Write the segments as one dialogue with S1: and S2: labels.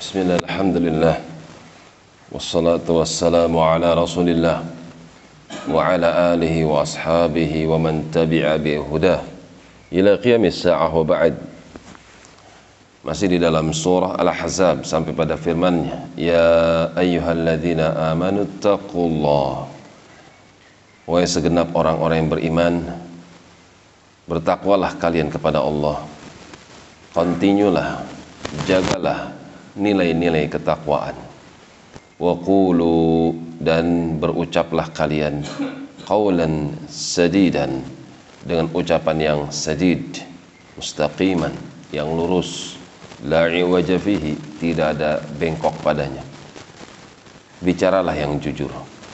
S1: Bismillah, alhamdulillah, wassalatu wassalamu ala rasulillah wa ala alihi wa ashabihi wa man tabi'a bihudah ila qiyamis sa'ah wa ba'd. Masih di dalam surah Al-Ahzab sampai pada firman-Nya, ya ayyuhalladzina amanu taqullah. Wahai segenap orang-orang yang beriman, bertakwalah kalian kepada Allah. Kontinulah, jagalah nilai-nilai ketakwaan. Wa qulu, dan berucaplah kalian qaulan sadidan, dengan ucapan yang sadid, mustaqiman, yang lurus, la iwaja fihi, tidak ada bengkok padanya. Bicaralah yang jujur.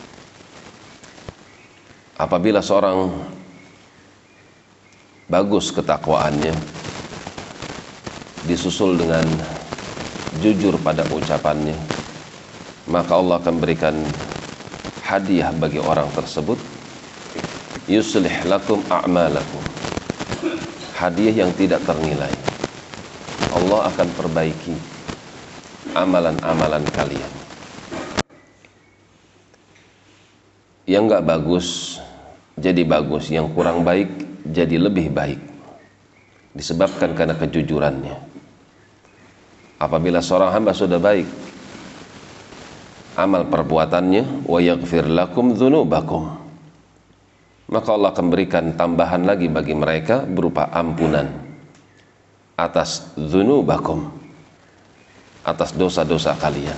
S1: Apabila seorang bagus ketakwaannya, disusul dengan jujur pada ucapannya, maka Allah akan berikan hadiah bagi orang tersebut, yuslih lakum a'malakum, hadiah yang tidak ternilai. Allah akan perbaiki amalan-amalan kalian. Yang enggak bagus jadi bagus, yang kurang baik jadi lebih baik, disebabkan karena kejujurannya. Apabila seorang hamba sudah baik amal perbuatannya, wa yaghfir lakum dzunubakum, maka Allah akan berikan tambahan lagi bagi mereka berupa ampunan atas dzunubakum, atas dosa-dosa kalian.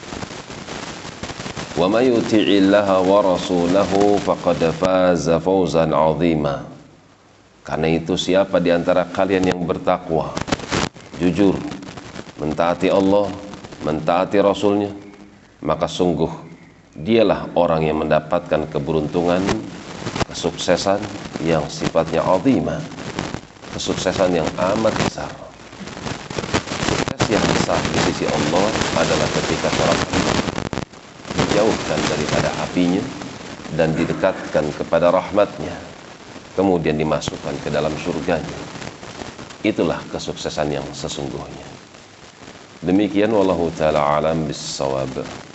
S1: Wa may yuti'illaha wa rasulahu faqad faza fawzan 'azima. Karena itu siapa di antara kalian yang bertakwa, jujur, mentaati Allah, mentaati Rasulnya, maka sungguh dialah orang yang mendapatkan keberuntungan, kesuksesan yang sifatnya azimah, kesuksesan yang amat besar. Sukses yang besar di sisi Allah adalah ketika seorang hamba dijauhkan daripada apinya dan didekatkan kepada rahmatnya, kemudian dimasukkan ke dalam surganya. Itulah kesuksesan yang sesungguhnya. Demikian wallahu ta'ala alam bis-shawab.